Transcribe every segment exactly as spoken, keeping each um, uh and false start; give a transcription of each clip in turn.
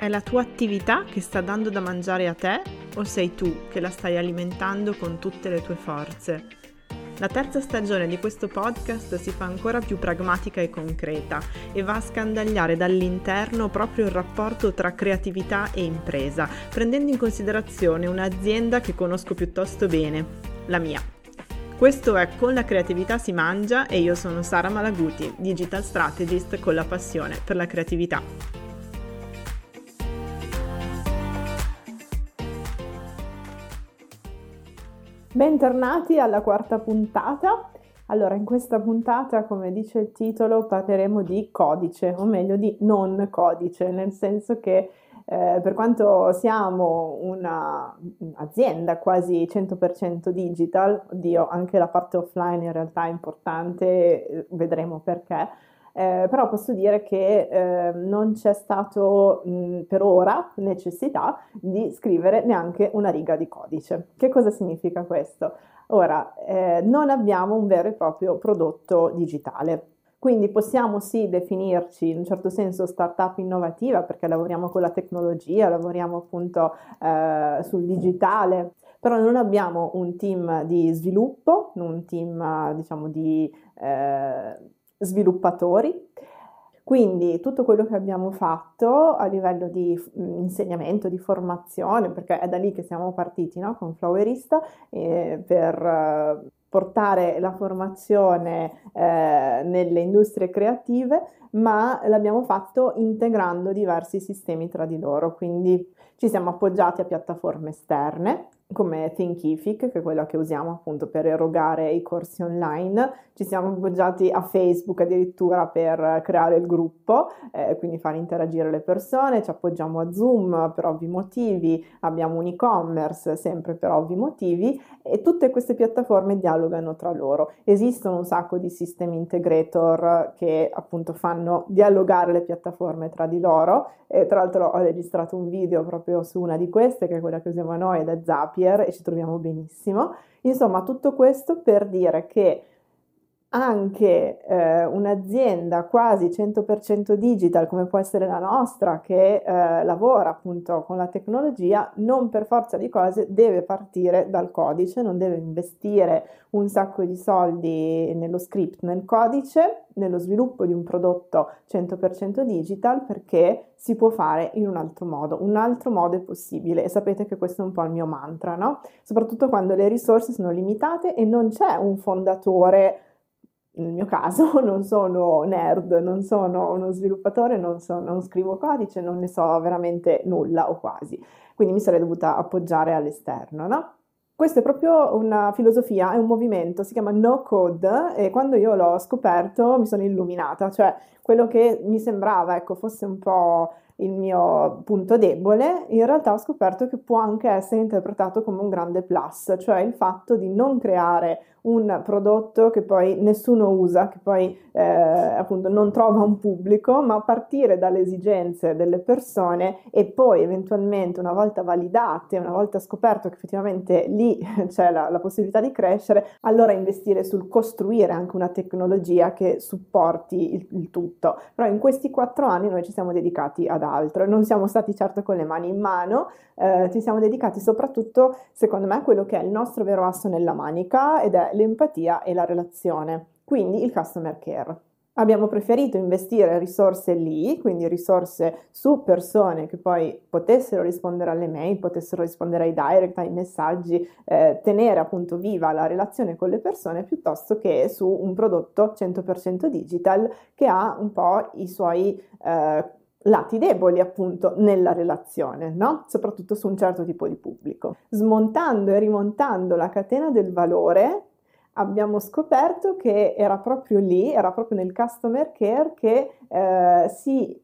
È la tua attività che sta dando da mangiare a te o sei tu che la stai alimentando con tutte le tue forze? La terza stagione di questo podcast si fa ancora più pragmatica e concreta e va a scandagliare dall'interno proprio il rapporto tra creatività e impresa, prendendo in considerazione un'azienda che conosco piuttosto bene, la mia. Questo è Con la creatività si mangia e io sono Sara Malaguti, digital strategist con la passione per la creatività. Bentornati alla quarta puntata. Allora, in questa puntata, come dice il titolo, parleremo di codice, o meglio di non codice, nel senso che eh, per quanto siamo un'azienda quasi cento per cento digital, oddio, anche la parte offline in realtà è importante, vedremo perché. Eh, però posso dire che eh, non c'è stato mh, per ora necessità di scrivere neanche una riga di codice. Che cosa significa questo? Ora, eh, non abbiamo un vero e proprio prodotto digitale. Quindi possiamo sì definirci in un certo senso startup innovativa perché lavoriamo con la tecnologia, lavoriamo appunto eh, sul digitale, però non abbiamo un team di sviluppo, un team diciamo di eh, sviluppatori. Quindi tutto quello che abbiamo fatto a livello di insegnamento, di formazione, perché è da lì che siamo partiti, no? Con Flowerista, eh, per eh, portare la formazione eh, nelle industrie creative, ma l'abbiamo fatto integrando diversi sistemi tra di loro, quindi ci siamo appoggiati a piattaforme esterne come Thinkific, che è quella che usiamo appunto per erogare i corsi online, ci siamo appoggiati a Facebook addirittura per creare il gruppo, eh, quindi far interagire le persone, ci appoggiamo a Zoom per ovvi motivi, abbiamo un e-commerce sempre per ovvi motivi e tutte queste piattaforme dialogano tra loro. Esistono un sacco di sistemi integrator che appunto fanno dialogare le piattaforme tra di loro e tra l'altro ho registrato un video proprio su una di queste che è quella che usiamo noi ed è Zapier e ci troviamo benissimo. Insomma, tutto questo per dire che anche eh, un'azienda quasi cento per cento digital come può essere la nostra che eh, lavora appunto con la tecnologia non per forza di cose deve partire dal codice, non deve investire un sacco di soldi nello script, nel codice, nello sviluppo di un prodotto cento per cento digital perché si può fare in un altro modo, un altro modo è possibile e sapete che questo è un po' il mio mantra, no? Soprattutto quando le risorse sono limitate e non c'è un fondatore. Nel mio caso non sono nerd, non sono uno sviluppatore, non, so, non scrivo codice, non ne so veramente nulla o quasi, quindi mi sarei dovuta appoggiare all'esterno, no? Questa è proprio una filosofia, è un movimento, si chiama no code e quando io l'ho scoperto mi sono illuminata, cioè quello che mi sembrava ecco, fosse un po' il mio punto debole, in realtà ho scoperto che può anche essere interpretato come un grande plus, cioè il fatto di non creare un prodotto che poi nessuno usa, che poi eh, appunto non trova un pubblico, ma partire dalle esigenze delle persone e poi eventualmente una volta validate, una volta scoperto che effettivamente lì c'è la, la possibilità di crescere, allora investire sul costruire anche una tecnologia che supporti il, il tutto. Però in questi quattro anni noi ci siamo dedicati ad altro e non siamo stati certo con le mani in mano, eh, ci siamo dedicati soprattutto, secondo me, a quello che è il nostro vero asso nella manica ed è l'empatia e la relazione, quindi il customer care. Abbiamo preferito investire risorse lì, quindi risorse su persone che poi potessero rispondere alle mail, potessero rispondere ai direct, ai messaggi, eh, tenere appunto viva la relazione con le persone piuttosto che su un prodotto cento per cento digital che ha un po' i suoi eh, lati deboli appunto nella relazione, no? Soprattutto su un certo tipo di pubblico. Smontando e rimontando la catena del valore abbiamo scoperto che era proprio lì, era proprio nel customer care che eh, si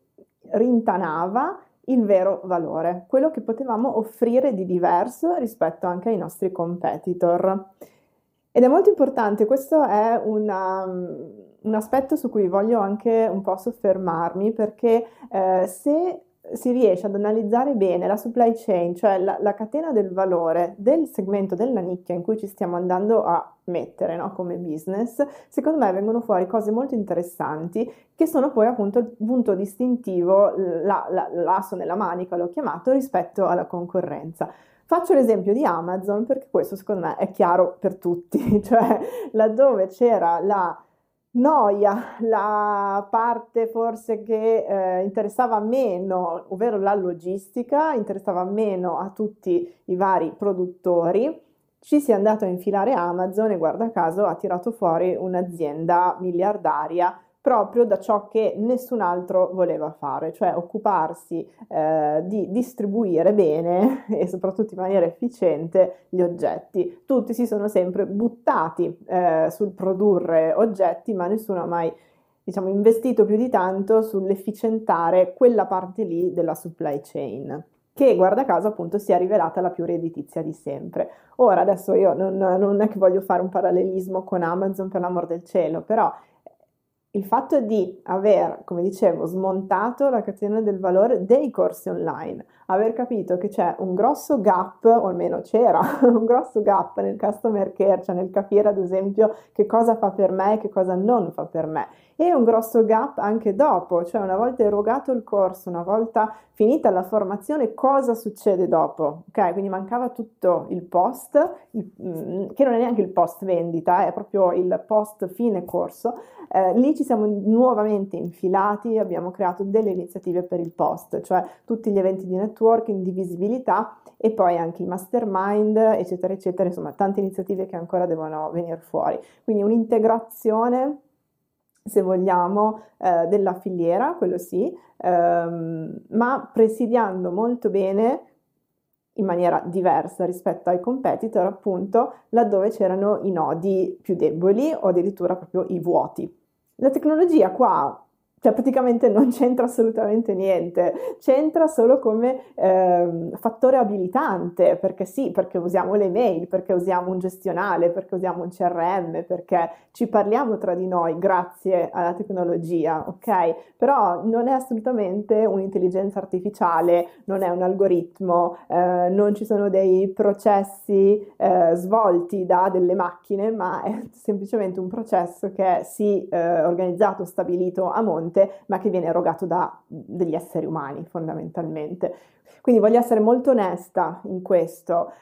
rintanava il vero valore, quello che potevamo offrire di diverso rispetto anche ai nostri competitor. Ed è molto importante, questo è una, un aspetto su cui voglio anche un po' soffermarmi perché eh, se si riesce ad analizzare bene la supply chain, cioè la, la catena del valore del segmento della nicchia in cui ci stiamo andando a mettere, no, come business, secondo me vengono fuori cose molto interessanti che sono poi appunto il punto distintivo, la, la, l'asso nella manica l'ho chiamato, rispetto alla concorrenza. Faccio l'esempio di Amazon perché questo secondo me è chiaro per tutti, cioè laddove c'era la noia, la parte forse che eh, interessava meno, ovvero la logistica, interessava meno a tutti i vari produttori, ci si è andato a infilare Amazon e guarda caso ha tirato fuori un'azienda miliardaria proprio da ciò che nessun altro voleva fare, cioè occuparsi eh, di distribuire bene e soprattutto in maniera efficiente gli oggetti. Tutti si sono sempre buttati eh, sul produrre oggetti, ma nessuno ha mai, diciamo, investito più di tanto sull'efficientare quella parte lì della supply chain, che guarda caso appunto si è rivelata la più redditizia di sempre. Ora adesso io non, non è che voglio fare un parallelismo con Amazon, per l'amor del cielo, però il fatto di aver, come dicevo, smontato la catena del valore dei corsi online, aver capito che c'è un grosso gap, o almeno c'era un grosso gap nel customer care, cioè nel capire ad esempio che cosa fa per me e che cosa non fa per me, e un grosso gap anche dopo, cioè una volta erogato il corso, una volta finita la formazione, cosa succede dopo? Ok, quindi mancava tutto il post, il, che non è neanche il post vendita, è proprio il post fine corso. Eh, lì ci siamo nuovamente infilati, abbiamo creato delle iniziative per il post, cioè tutti gli eventi di networking, di visibilità e poi anche i mastermind, eccetera, eccetera, insomma tante iniziative che ancora devono venire fuori. Quindi un'integrazione, se vogliamo, eh, della filiera, quello sì, ehm, ma presidiando molto bene in maniera diversa rispetto ai competitor, appunto, laddove c'erano i nodi più deboli o addirittura proprio i vuoti. La tecnologia qua, cioè praticamente non c'entra assolutamente niente, c'entra solo come eh, fattore abilitante, perché sì, perché usiamo le mail, perché usiamo un gestionale, perché usiamo un C R M, perché ci parliamo tra di noi grazie alla tecnologia, ok? Però non è assolutamente un'intelligenza artificiale, non è un algoritmo, eh, non ci sono dei processi eh, svolti da delle macchine, ma è semplicemente un processo che è sì eh, organizzato, stabilito a monte, ma che viene erogato da degli esseri umani fondamentalmente. Quindi voglio essere molto onesta in questo.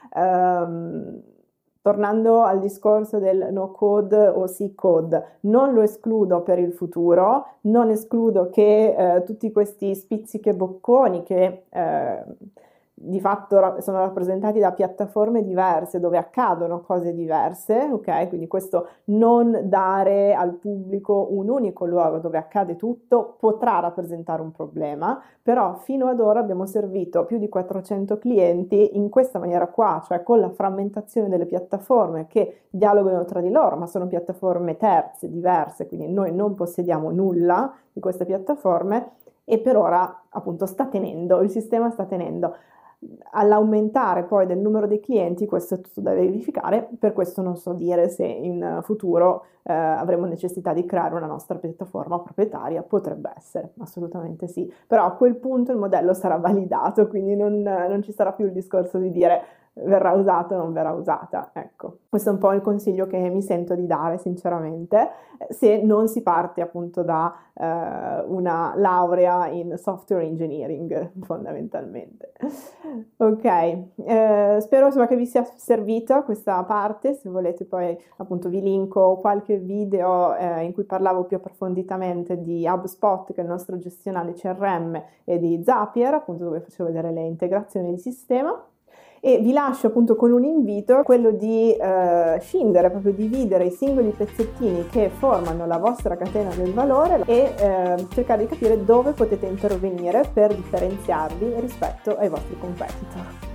Um, tornando al discorso del no code o sì code, non lo escludo per il futuro, non escludo che eh, tutti questi spizzichi e bocconi che eh, di fatto sono rappresentati da piattaforme diverse dove accadono cose diverse, ok? Quindi questo non dare al pubblico un unico luogo dove accade tutto potrà rappresentare un problema, però fino ad ora abbiamo servito più di quattrocento clienti in questa maniera qua, cioè con la frammentazione delle piattaforme che dialogano tra di loro, ma sono piattaforme terze, diverse, quindi noi non possediamo nulla di queste piattaforme e per ora appunto sta tenendo, il sistema sta tenendo. All'aumentare poi del numero dei clienti, questo è tutto da verificare, per questo non so dire se in futuro eh, avremo necessità di creare una nostra piattaforma proprietaria, potrebbe essere, assolutamente sì, però a quel punto il modello sarà validato, quindi non, non ci sarà più il discorso di dire verrà usata o non verrà usata, ecco. Questo è un po' il consiglio che mi sento di dare sinceramente, se non si parte appunto da eh, una laurea in software engineering fondamentalmente. Ok, eh, spero insomma che vi sia servita questa parte, se volete poi appunto vi linko qualche video eh, in cui parlavo più approfonditamente di HubSpot, che è il nostro gestionale C R M, e di Zapier, appunto dove facevo vedere le integrazioni di sistema. E vi lascio appunto con un invito, quello di eh, scindere, proprio dividere i singoli pezzettini che formano la vostra catena del valore e eh, cercare di capire dove potete intervenire per differenziarvi rispetto ai vostri competitor.